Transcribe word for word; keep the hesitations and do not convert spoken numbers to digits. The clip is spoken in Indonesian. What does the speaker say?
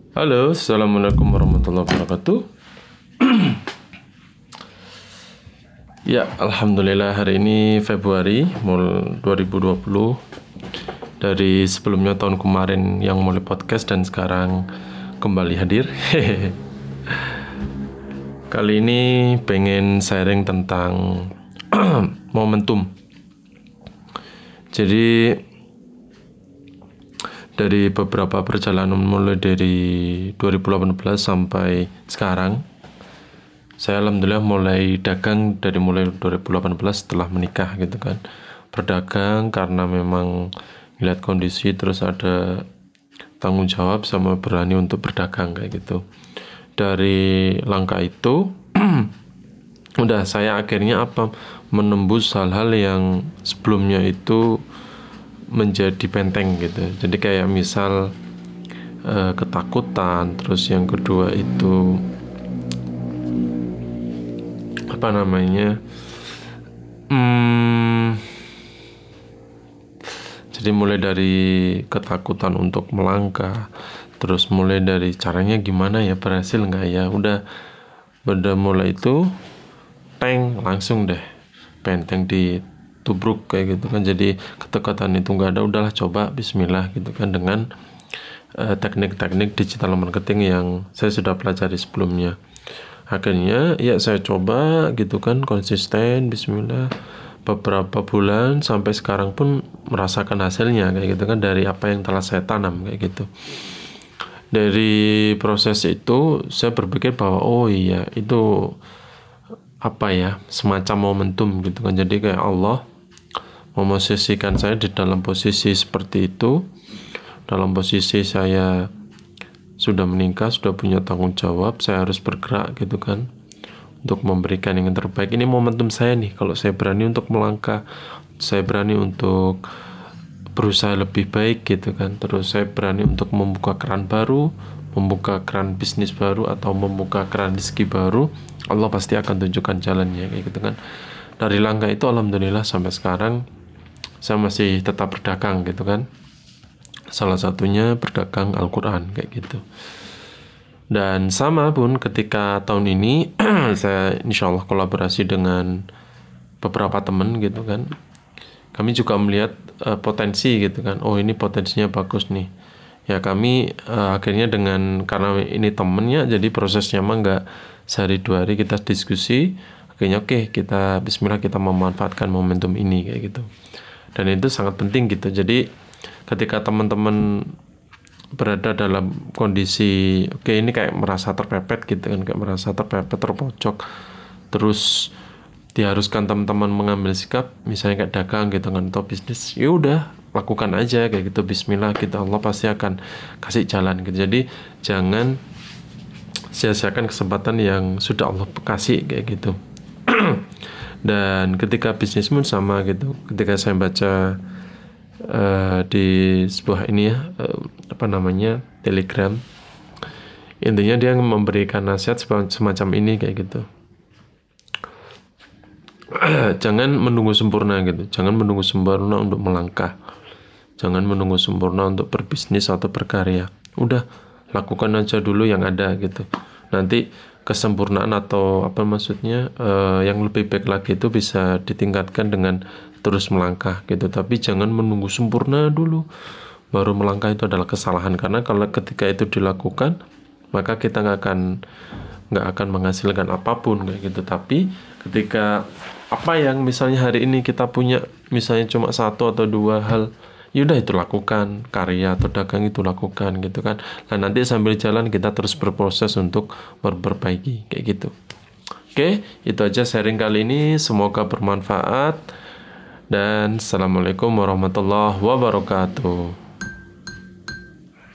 Halo, assalamualaikum warahmatullahi wabarakatuh. Ya, alhamdulillah hari ini Februari mul dua ribu dua puluh. Dari sebelumnya tahun kemarin yang mulai podcast dan sekarang kembali hadir. Kali ini pengen sharing tentang momentum. Jadi dari beberapa perjalanan mulai dari dua ribu delapan belas sampai sekarang, saya alhamdulillah mulai dagang dari mulai dua ribu delapan belas setelah menikah gitu kan. Berdagang karena memang lihat kondisi, terus ada tanggung jawab sama berani untuk berdagang kayak gitu. Dari langkah itu udah saya akhirnya apa menembus hal-hal yang sebelumnya itu menjadi benteng gitu. Jadi kayak misal eh, ketakutan, terus yang kedua itu apa namanya hmm, jadi mulai dari ketakutan untuk melangkah, terus mulai dari caranya gimana ya, berhasil nggak ya, udah udah mulai itu teng langsung deh benteng di tubruk kayak gitu kan. Jadi ketakutan itu nggak ada, udahlah coba bismillah gitu kan, dengan uh, teknik-teknik digital marketing yang saya sudah pelajari sebelumnya. Akhirnya ya saya coba gitu kan, konsisten bismillah beberapa bulan sampai sekarang pun merasakan hasilnya kayak gitu kan, dari apa yang telah saya tanam kayak gitu. Dari proses itu saya berpikir bahwa oh iya itu apa ya, semacam momentum gitu kan. Jadi kayak Allah memosisikan saya di dalam posisi seperti itu, dalam posisi saya sudah menikah, sudah punya tanggung jawab, saya harus bergerak gitu kan untuk memberikan yang terbaik. Ini momentum saya nih, kalau saya berani untuk melangkah, saya berani untuk berusaha lebih baik gitu kan, terus saya berani untuk membuka keran baru, membuka keran bisnis baru, atau membuka keran rezeki baru. Allah pasti akan tunjukkan jalannya kayak gitu kan. Dari langkah itu alhamdulillah sampai sekarang saya masih tetap berdagang gitu kan. Salah satunya berdagang Al-Quran kayak gitu. Dan sama pun ketika tahun ini saya insya Allah kolaborasi dengan beberapa teman gitu kan. Kami juga melihat uh, potensi gitu kan. Oh ini potensinya bagus nih. Ya kami uh, akhirnya dengan, karena ini temennya, jadi prosesnya mah nggak sehari dua hari kita diskusi. Akhirnya oke okay, kita bismillah kita memanfaatkan momentum ini kayak gitu. Dan itu sangat penting gitu. Jadi ketika teman-teman berada dalam kondisi oke okay, ini kayak merasa terpepet gitu kan, kayak merasa terpepet, terpojok, terus diharuskan teman-teman mengambil sikap misalnya kayak dagang gitu kan, atau bisnis, ya udah lakukan aja kayak gitu, bismillah gitu, Allah pasti akan kasih jalan gitu. Jadi jangan sia-siakan kesempatan yang sudah Allah kasih kayak gitu. Dan ketika bisnis pun sama gitu, ketika saya baca uh, di sebuah ini ya uh, apa namanya Telegram, intinya dia memberikan nasihat semacam ini kayak gitu. Jangan menunggu sempurna gitu, jangan menunggu sempurna untuk melangkah, jangan menunggu sempurna untuk berbisnis atau berkarya. Udah lakukan aja dulu yang ada gitu. Nanti kesempurnaan atau apa maksudnya uh, yang lebih baik lagi itu bisa ditingkatkan dengan terus melangkah gitu. Tapi jangan menunggu sempurna dulu baru melangkah, itu adalah kesalahan. Karena kalau ketika itu dilakukan, maka kita nggak akan nggak akan menghasilkan apapun kayak gitu. Tapi ketika apa yang misalnya hari ini kita punya misalnya cuma satu atau dua hal, yaudah itu lakukan, karya atau dagang itu lakukan gitu kan. Dan nanti sambil jalan kita terus berproses untuk memperbaiki kayak gitu. Oke, itu aja sharing kali ini, semoga bermanfaat, dan assalamualaikum warahmatullahi wabarakatuh.